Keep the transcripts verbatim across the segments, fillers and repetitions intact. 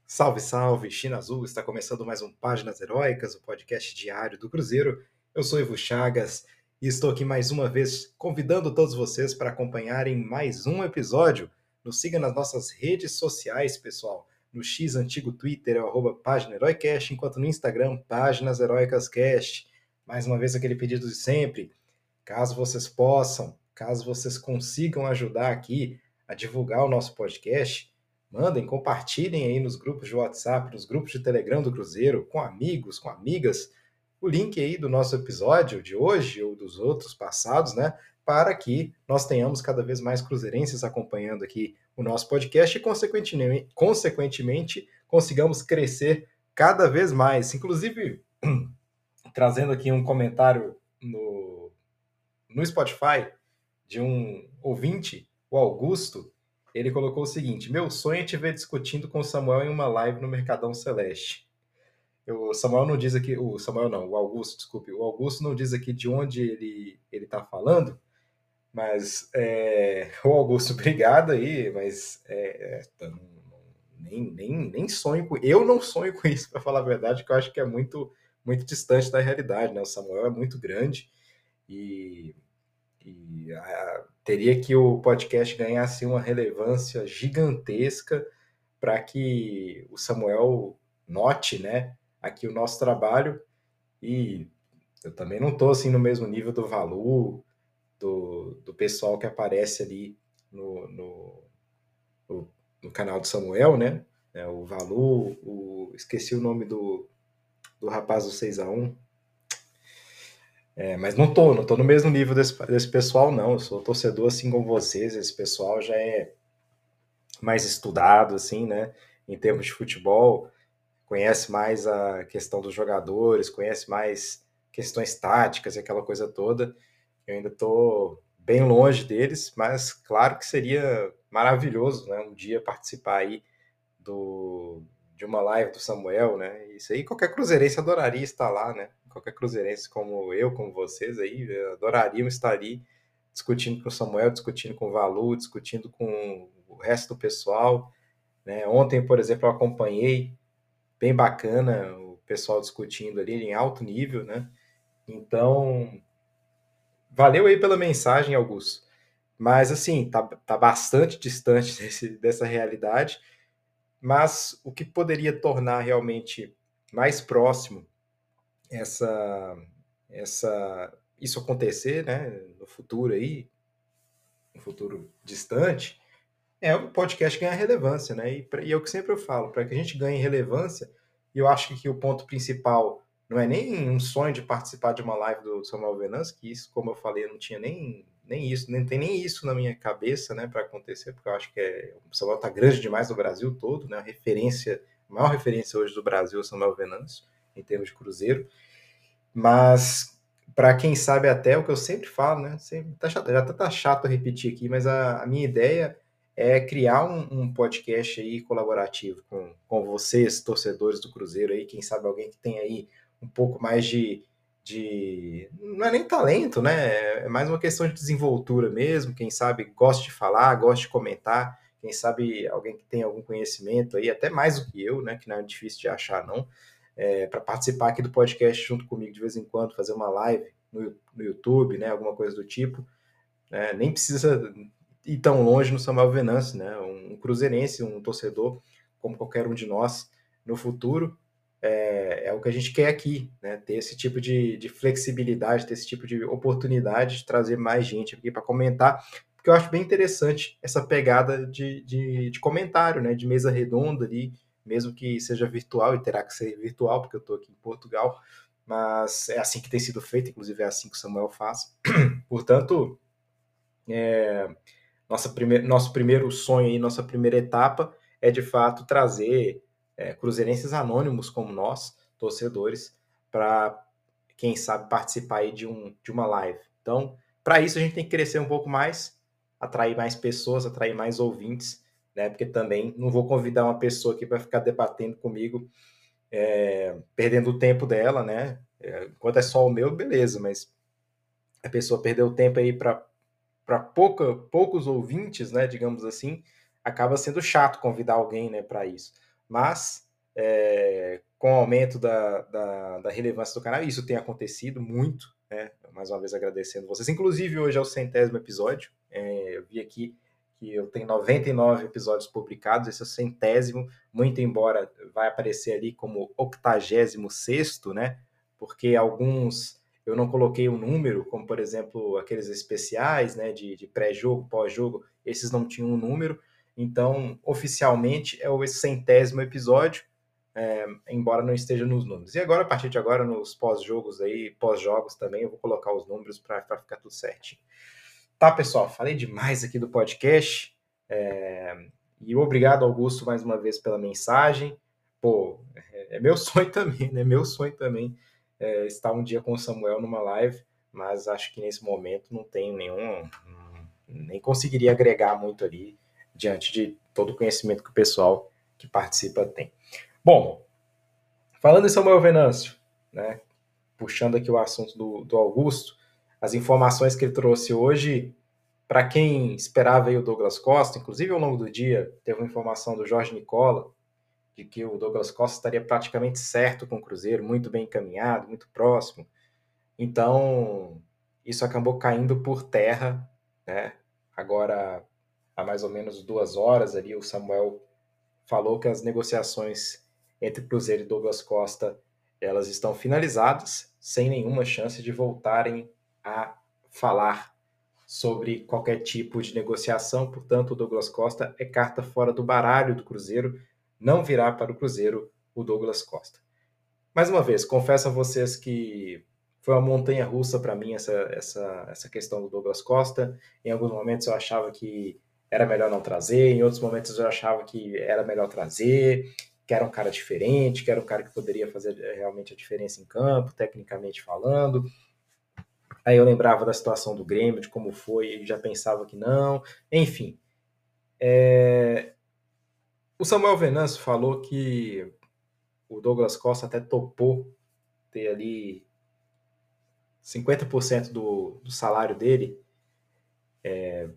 Salve, salve, China Azul! Está começando mais um Páginas Heróicas, o podcast diário do Cruzeiro. Eu sou Ivo Chagas e estou aqui mais uma vez convidando todos vocês para acompanharem mais um episódio. Nos siga nas nossas redes sociais, pessoal. No X antigo Twitter é o arroba Página Heroicast, enquanto no Instagram, Páginas Heroicas Cast. Mais uma vez aquele pedido de sempre. Caso vocês possam, caso vocês consigam ajudar aqui a divulgar o nosso podcast, mandem, compartilhem aí nos grupos de WhatsApp, nos grupos de Telegram do Cruzeiro, com amigos, com amigas, o link aí do nosso episódio de hoje ou dos outros passados, né? Para que nós tenhamos cada vez mais cruzeirenses acompanhando aqui o nosso podcast e, consequentemente, consequentemente consigamos crescer cada vez mais. Inclusive, trazendo aqui um comentário no, no Spotify de um ouvinte, o Augusto, ele colocou o seguinte: meu sonho é te ver discutindo com o Samuel em uma live no Mercadão Celeste. O Samuel não diz aqui, o Samuel não, o Augusto, desculpe, o Augusto não diz aqui de onde ele ele está falando, mas é, o Augusto, obrigado aí, mas é, é, nem, nem, nem sonho com, eu não sonho com isso, para falar a verdade, que eu acho que é muito muito distante da realidade, né? O Samuel é muito grande e e a, teria que o podcast ganhasse uma relevância gigantesca para que o Samuel note, né, aqui o nosso trabalho. E eu também não estou assim no mesmo nível do Valu, do, do pessoal que aparece ali no, no, no, no canal do Samuel, né? É, o Valu, o, esqueci o nome do, do rapaz do seis a um. É, mas não tô, não tô no mesmo nível desse, desse pessoal, não. Eu sou torcedor assim como vocês. Esse pessoal já é mais estudado, assim, né? Em termos de futebol, conhece mais a questão dos jogadores, conhece mais questões táticas e aquela coisa toda. Eu ainda tô bem longe deles, mas claro que seria maravilhoso, né? Um dia participar aí do, de uma live do Samuel, né? Isso aí qualquer cruzeirense adoraria estar lá, né? Qualquer cruzeirense como eu, como vocês aí, adorariam estar ali discutindo com o Samuel, discutindo com o Valu, discutindo com o resto do pessoal, né? Ontem, por exemplo, eu acompanhei, bem bacana, o pessoal discutindo ali em alto nível, né? Então, valeu aí pela mensagem, Augusto. Mas, assim, tá, tá bastante distante desse, dessa realidade. Mas o que poderia tornar realmente mais próximo essa, essa, isso acontecer, né, no futuro aí, no futuro distante, é o podcast ganhar relevância, né? E, pra, e é o que sempre eu falo, para que a gente ganhe relevância, e eu acho que, que o ponto principal não é nem um sonho de participar de uma live do Samuel Venâncio, que isso, como eu falei, não tinha nem, nem isso, nem tem nem isso na minha cabeça, né, para acontecer, porque eu acho que é, o Samuel está grande demais no Brasil todo, né? A referência, a maior referência hoje do Brasil é o Samuel Venâncio, em termos de Cruzeiro, mas para quem sabe até o que eu sempre falo, né? Sempre, tá chato, já tá chato repetir aqui, mas a, a minha ideia é criar um, um podcast aí colaborativo com, com vocês, torcedores do Cruzeiro aí, quem sabe alguém que tem aí um pouco mais de, de não é nem talento, né? É mais uma questão de desenvoltura mesmo, quem sabe gosta de falar, gosta de comentar, quem sabe alguém que tem algum conhecimento aí, até mais do que eu, né? Que não é difícil de achar, não, é, para participar aqui do podcast junto comigo de vez em quando, fazer uma live no, no YouTube, né, alguma coisa do tipo. É, nem precisa ir tão longe no Samuel Venâncio, né, um, um cruzeirense, um torcedor, como qualquer um de nós, no futuro, é, é o que a gente quer aqui, né, ter esse tipo de, de flexibilidade, ter esse tipo de oportunidade de trazer mais gente aqui para comentar, porque eu acho bem interessante essa pegada de, de, de comentário, né, de mesa redonda ali, mesmo que seja virtual, e terá que ser virtual, porque eu estou aqui em Portugal, mas é assim que tem sido feito, inclusive é assim que o Samuel faz. Portanto, é, nossa prime nosso primeiro sonho e nossa primeira etapa é, de fato, trazer é, cruzeirenses anônimos como nós, torcedores, para, quem sabe, participar aí de, um, de uma live. Então, para isso, a gente tem que crescer um pouco mais, atrair mais pessoas, atrair mais ouvintes, né? Porque também não vou convidar uma pessoa aqui para ficar debatendo comigo, é, perdendo o tempo dela, né? É, enquanto é só o meu, beleza, mas a pessoa perdeu o tempo aí para para poucos ouvintes, né, digamos assim, acaba sendo chato convidar alguém, né, para isso. mas é, com o aumento da, da, da relevância do canal, isso tem acontecido muito, né? Mais uma vez agradecendo vocês. Inclusive, hoje é o centésimo episódio. É, eu vi aqui que eu tenho noventa e nove episódios publicados, esse é o centésimo, muito embora vai aparecer ali como octagésimo sexto, né? Porque alguns eu não coloquei o número, como por exemplo aqueles especiais, né? De, de pré-jogo, pós-jogo, esses não tinham um número. Então, oficialmente, é o centésimo episódio, é, embora não esteja nos números. E agora, a partir de agora, nos pós-jogos aí, pós-jogos também, eu vou colocar os números para ficar tudo certinho. Tá, pessoal, falei demais aqui do podcast. É, e obrigado, Augusto, mais uma vez pela mensagem. Pô, é, é meu sonho também, né? Meu sonho também é estar um dia com o Samuel numa live, mas acho que nesse momento não tenho nenhum, nem conseguiria agregar muito ali diante de todo o conhecimento que o pessoal que participa tem. Bom, falando em Samuel Venâncio, né, puxando aqui o assunto do, do Augusto, as informações que ele trouxe hoje, para quem esperava aí o Douglas Costa, inclusive ao longo do dia, teve uma informação do Jorge Nicola, de que o Douglas Costa estaria praticamente certo com o Cruzeiro, muito bem encaminhado, muito próximo. Então, isso acabou caindo por terra, né? Agora, há mais ou menos duas horas ali, o Samuel falou que as negociações entre Cruzeiro e Douglas Costa, elas estão finalizadas, sem nenhuma chance de voltarem a falar sobre qualquer tipo de negociação. Portanto, o Douglas Costa é carta fora do baralho do Cruzeiro, não virá para o Cruzeiro o Douglas Costa. Mais uma vez, confesso a vocês que foi uma montanha russa para mim essa, essa, essa questão do Douglas Costa. Em alguns momentos eu achava que era melhor não trazer, em outros momentos eu achava que era melhor trazer, que era um cara diferente, que era um cara que poderia fazer realmente a diferença em campo, tecnicamente falando. Aí eu lembrava da situação do Grêmio, de como foi, e já pensava que não. Enfim, é... o Samuel Venâncio falou que o Douglas Costa até topou ter ali cinquenta por cento do, do salário dele é,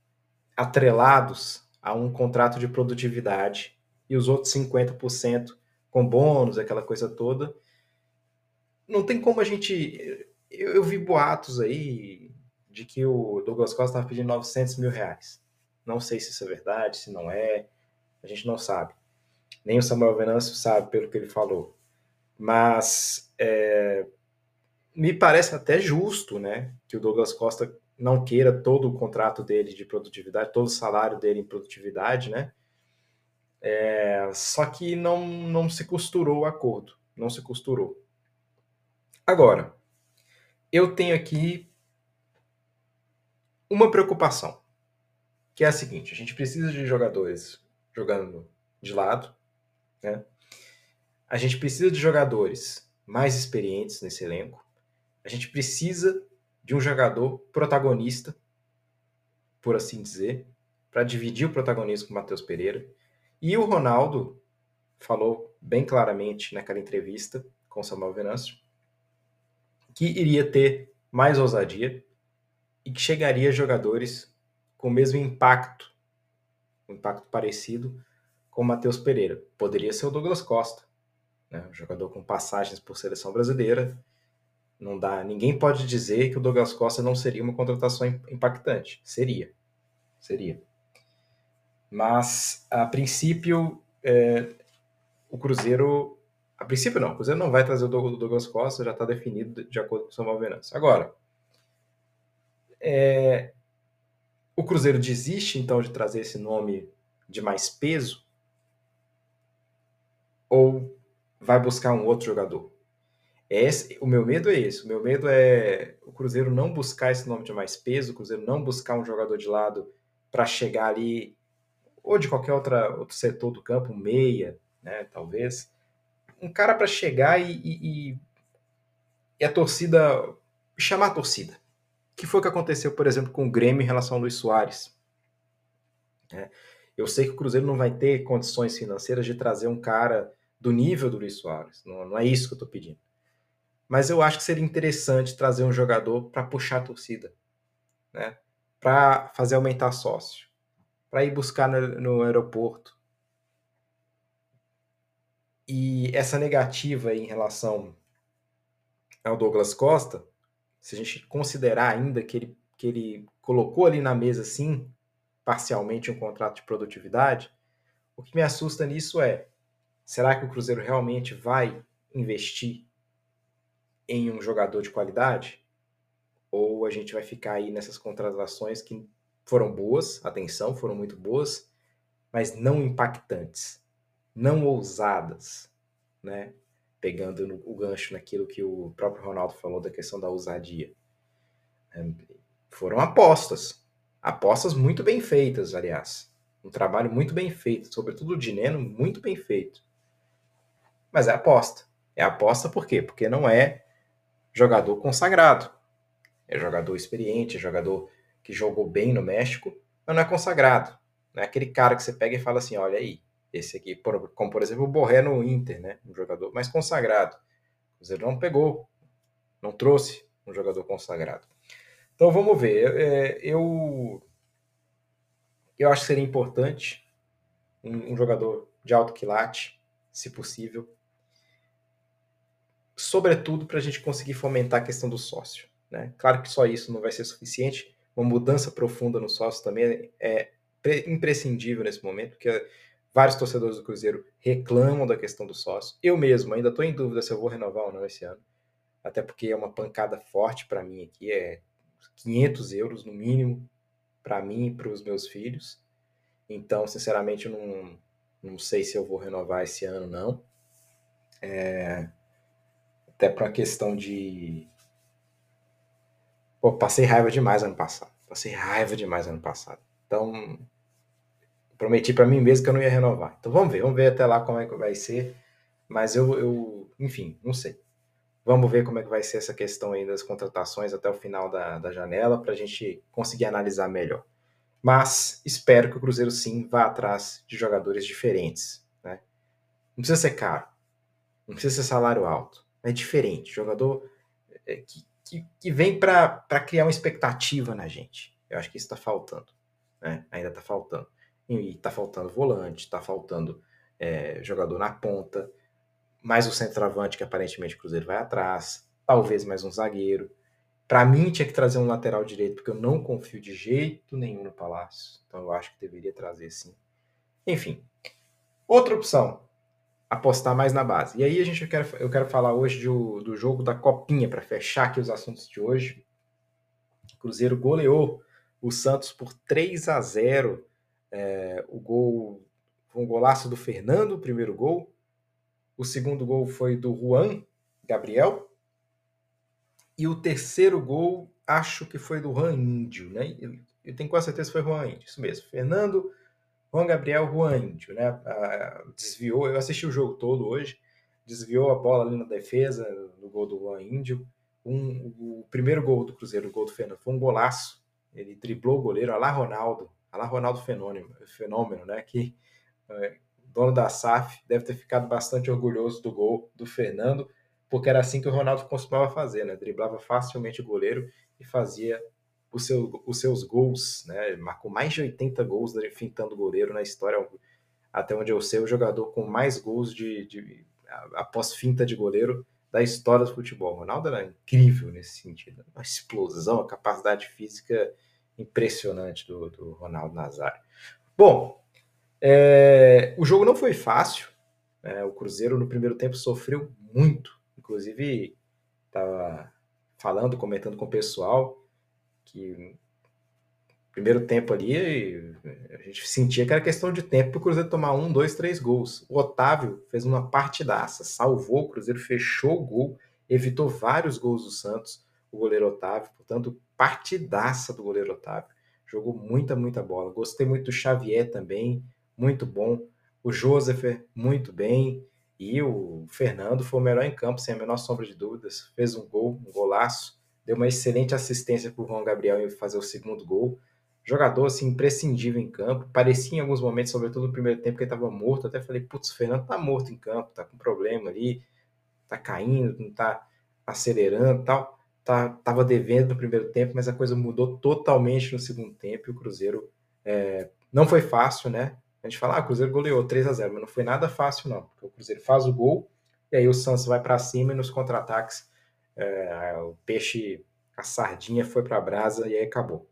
atrelados a um contrato de produtividade e os outros cinquenta por cento com bônus, aquela coisa toda. Não tem como a gente... Eu, eu vi boatos aí de que o Douglas Costa estava pedindo novecentos mil reais. Não sei se isso é verdade, se não é, a gente não sabe. Nem o Samuel Venâncio sabe pelo que ele falou. Mas é, me parece até justo, né, que o Douglas Costa não queira todo o contrato dele de produtividade, todo o salário dele em produtividade, né? É, só que não, não se costurou o acordo, não se costurou. Agora, eu tenho aqui uma preocupação, que é a seguinte: a gente precisa de jogadores jogando de lado, né? A gente precisa de jogadores mais experientes nesse elenco. A gente precisa de um jogador protagonista, por assim dizer, para dividir o protagonismo com o Matheus Pereira. E o Ronaldo falou bem claramente naquela entrevista com o Samuel Venâncio que iria ter mais ousadia e que chegaria a jogadores com o mesmo impacto, um impacto parecido com o Matheus Pereira. Poderia ser o Douglas Costa, né? Um jogador com passagens por seleção brasileira. Não dá, ninguém pode dizer que o Douglas Costa não seria uma contratação impactante. Seria, seria. Mas, a princípio, é, o Cruzeiro... A princípio, não. O Cruzeiro não vai trazer o Douglas Costa, já está definido de acordo com o Samuel Venâncio. Agora, é, o Cruzeiro desiste, então, de trazer esse nome de mais peso? Ou vai buscar um outro jogador? Esse, o meu medo é esse. O meu medo é o Cruzeiro não buscar esse nome de mais peso, o Cruzeiro não buscar um jogador de lado para chegar ali, ou de qualquer outra, outro setor do campo, um meia, né, talvez. Um cara para chegar e, e, e a torcida... chamar a torcida. Que foi o que aconteceu, por exemplo, com o Grêmio em relação ao Luis Soares. É, eu sei que o Cruzeiro não vai ter condições financeiras de trazer um cara do nível do Luis Soares. Não, não é isso que eu estou pedindo. Mas eu acho que seria interessante trazer um jogador para puxar a torcida, né? Para fazer aumentar sócio, para ir buscar no, no aeroporto. E essa negativa em relação ao Douglas Costa, se a gente considerar ainda que ele, que ele colocou ali na mesa, sim, parcialmente um contrato de produtividade, o que me assusta nisso é, será que o Cruzeiro realmente vai investir em um jogador de qualidade? Ou a gente vai ficar aí nessas contratações que foram boas, atenção, foram muito boas, mas não impactantes, não ousadas, né? Pegando no, o gancho naquilo que o próprio Ronaldo falou da questão da ousadia. É, foram apostas, apostas muito bem feitas, aliás. Um trabalho muito bem feito, sobretudo o Dineno, muito bem feito. Mas é aposta. É aposta por quê? Porque não é jogador consagrado. É jogador experiente, é jogador que jogou bem no México, mas não é consagrado. Não é aquele cara que você pega e fala assim, olha aí, esse aqui, como por exemplo o Borré no Inter, né? Um jogador mais consagrado. O Cruzeiro não pegou, não trouxe um jogador consagrado. Então vamos ver. É, eu, eu acho que seria importante um, um jogador de alto quilate, se possível, sobretudo para a gente conseguir fomentar a questão do sócio. Né? Claro que só isso não vai ser suficiente, uma mudança profunda no sócio também é imprescindível nesse momento, porque vários torcedores do Cruzeiro reclamam da questão do sócio. Eu mesmo ainda estou em dúvida se eu vou renovar ou não esse ano, até porque é uma pancada forte para mim aqui, é quinhentos euros no mínimo para mim e para os meus filhos. Então, sinceramente, eu não, não sei se eu vou renovar esse ano, não. É, até para a questão de... Pô, passei raiva demais ano passado. Passei raiva demais ano passado. Então, prometi para mim mesmo que eu não ia renovar. Então, vamos ver. Vamos ver até lá como é que vai ser. Mas eu, eu enfim, não sei. Vamos ver como é que vai ser essa questão aí das contratações até o final da, da janela para a gente conseguir analisar melhor. Mas espero que o Cruzeiro sim vá atrás de jogadores diferentes. Né? Não precisa ser caro, não precisa ser salário alto. É diferente. Jogador que, que, que vem para criar uma expectativa na gente. Eu acho que isso está faltando. Né? Ainda está faltando. E está faltando volante, está faltando é, jogador na ponta, mais o centroavante que aparentemente o Cruzeiro vai atrás, talvez mais um zagueiro. Para mim tinha que trazer um lateral direito, porque eu não confio de jeito nenhum no Palácio. Então eu acho que deveria trazer sim. Enfim, outra opção, apostar mais na base. E aí a gente quer, eu quero falar hoje do, do jogo da Copinha, para fechar aqui os assuntos de hoje. O Cruzeiro goleou o Santos por três a zero. É, o gol foi um golaço do Fernando, o primeiro gol. O segundo gol foi do Juan Gabriel. E o terceiro gol, acho que foi do Juan Índio, né? Eu tenho quase certeza que foi Juan Índio, isso mesmo. Fernando, Juan Gabriel, Juan Índio, né? Ah, desviou, eu assisti o jogo todo hoje, desviou a bola ali na defesa, no gol do Juan Índio. Um, o primeiro gol do Cruzeiro, o gol do Fernando, foi um golaço. Ele driblou o goleiro, alá Ronaldo, alá Ronaldo Fenômeno, fenômeno né? Que é, o dono da S A F deve ter ficado bastante orgulhoso do gol do Fernando, porque era assim que o Ronaldo costumava fazer, né? Driblava facilmente o goleiro e fazia os, seu, os seus gols, né? Ele marcou mais de oitenta gols fintando o goleiro na história, até onde eu sei, o jogador com mais gols de, de após finta de goleiro da história do futebol. O Ronaldo era incrível nesse sentido, uma explosão, a capacidade física impressionante do, do Ronaldo Nazário. Bom, é, o jogo não foi fácil, né? O Cruzeiro no primeiro tempo sofreu muito, inclusive estava falando, comentando com o pessoal que primeiro tempo ali, a gente sentia que era questão de tempo para o Cruzeiro tomar um, dois, três gols. O Otávio fez uma partidaça, salvou o Cruzeiro, fechou o gol, evitou vários gols do Santos, o goleiro Otávio. Portanto, partidaça do goleiro Otávio. Jogou muita, muita bola. Gostei muito do Xavier também, muito bom. O Joseph, muito bem. E o Fernando foi o melhor em campo, sem a menor sombra de dúvidas. Fez um gol, um golaço. Deu uma excelente assistência para o João Gabriel em fazer o segundo gol. Jogador assim, imprescindível em campo. Parecia em alguns momentos, sobretudo no primeiro tempo, que ele estava morto. Até falei, putz, o Fernando tá morto em campo, tá com problema ali, tá caindo, não tá acelerando e tal. Tá, tava devendo no primeiro tempo, mas a coisa mudou totalmente no segundo tempo. E o Cruzeiro é, não foi fácil, né? A gente fala, ah, o Cruzeiro goleou três a zero, mas não foi nada fácil, não. Porque o Cruzeiro faz o gol, e aí o Santos vai para cima e nos contra-ataques é, o peixe, a sardinha foi para a brasa e aí acabou.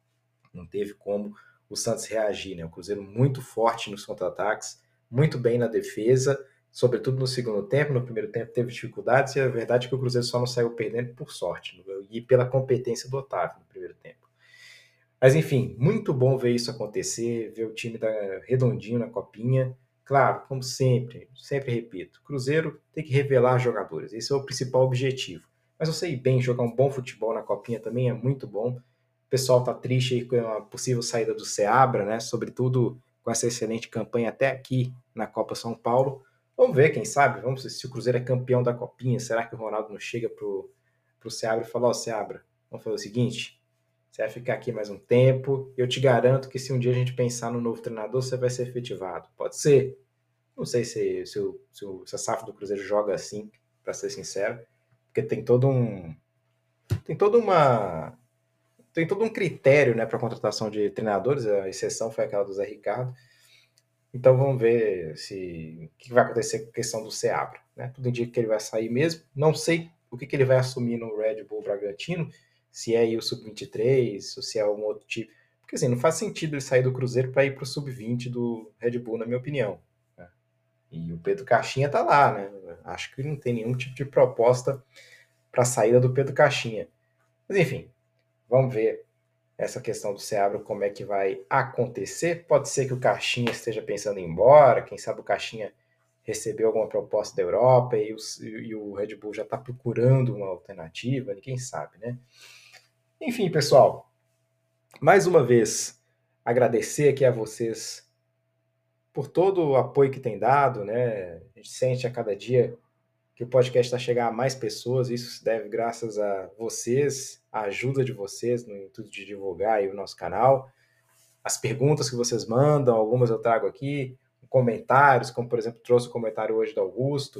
Não teve como o Santos reagir, né? O Cruzeiro muito forte nos contra-ataques, muito bem na defesa, sobretudo no segundo tempo. No primeiro tempo teve dificuldades e a verdade é que o Cruzeiro só não saiu perdendo por sorte e pela competência do Otávio no primeiro tempo. Mas enfim, muito bom ver isso acontecer, ver o time da redondinho na copinha. Claro, como sempre, sempre repito, Cruzeiro tem que revelar jogadores. Esse é o principal objetivo. Mas eu sei bem, jogar um bom futebol na copinha também é muito bom. O pessoal tá triste aí com a possível saída do Seabra, né? Sobretudo com essa excelente campanha até aqui na Copa São Paulo. Vamos ver, quem sabe? Vamos ver se o Cruzeiro é campeão da copinha. Será que o Ronaldo não chega pro, pro Seabra e fala, ó, oh, Seabra, vamos fazer o seguinte, você vai ficar aqui mais um tempo. Eu te garanto que se um dia a gente pensar no novo treinador, você vai ser efetivado. Pode ser. Não sei se, se, o, se, o, se a safra do Cruzeiro joga assim, para ser sincero. Porque tem todo um. Tem toda uma. Tem todo um critério, né, para contratação de treinadores. A exceção foi aquela do Zé Ricardo. Então vamos ver se o que vai acontecer com a questão do Seabra. Né? Tudo indica que ele vai sair mesmo. Não sei o que, que ele vai assumir no Red Bull Bragantino, se é aí o sub vinte e três, ou se é algum outro tipo. Porque assim, não faz sentido ele sair do Cruzeiro para ir para o sub vinte do Red Bull, na minha opinião. Né? E o Pedro Caixinha tá lá, né? Acho que não tem nenhum tipo de proposta para a saída do Pedro Caixinha. Mas enfim, vamos ver essa questão do Seabra, como é que vai acontecer. Pode ser que o Caixinha esteja pensando em ir embora, quem sabe o Caixinha recebeu alguma proposta da Europa e o, e o Red Bull já está procurando uma alternativa, ninguém sabe, né? Enfim, pessoal, mais uma vez, agradecer aqui a vocês por todo o apoio que tem dado, né? A gente sente a cada dia que o podcast está chegando a mais pessoas, isso se deve graças a vocês, a ajuda de vocês no intuito de divulgar aí o nosso canal, as perguntas que vocês mandam, algumas eu trago aqui, comentários, como por exemplo trouxe o comentário hoje do Augusto,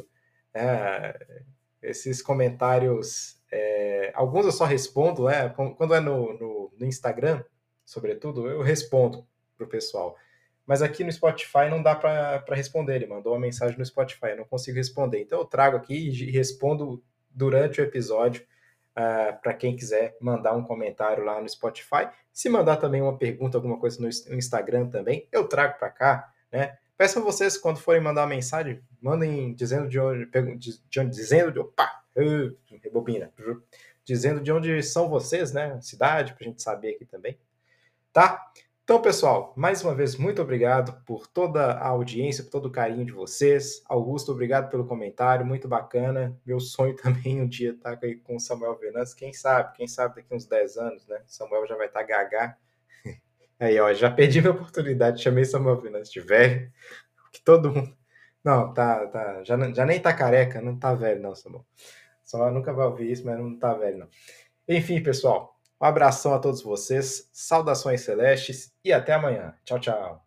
é, esses comentários, é, alguns eu só respondo, é, quando é no, no, no Instagram, sobretudo, eu respondo para o pessoal. Mas aqui no Spotify não dá para responder. Ele mandou uma mensagem no Spotify, eu não consigo responder. Então eu trago aqui e respondo durante o episódio uh, para quem quiser mandar um comentário lá no Spotify. Se mandar também uma pergunta, alguma coisa no Instagram também, eu trago para cá, né? Peço a vocês, quando forem mandar uma mensagem, mandem dizendo de onde, de onde dizendo de, opa, uh, rebobina, dizendo de onde são vocês, né? Cidade, para a gente saber aqui também, tá? Então, pessoal, mais uma vez, muito obrigado por toda a audiência, por todo o carinho de vocês. Augusto, obrigado pelo comentário, muito bacana. Meu sonho também um dia estar tá com o Samuel Venâncio. Quem sabe, quem sabe daqui uns dez anos, né? O Samuel já vai estar tá gagá. Aí, ó, já perdi minha oportunidade, chamei Samuel Venâncio de velho, que todo mundo... Não, tá, tá, já, já nem tá careca, não tá velho não, Samuel. Samuel nunca vai ouvir isso, mas não tá velho não. Enfim, pessoal, um abração a todos vocês, saudações celestes e até amanhã. Tchau, tchau.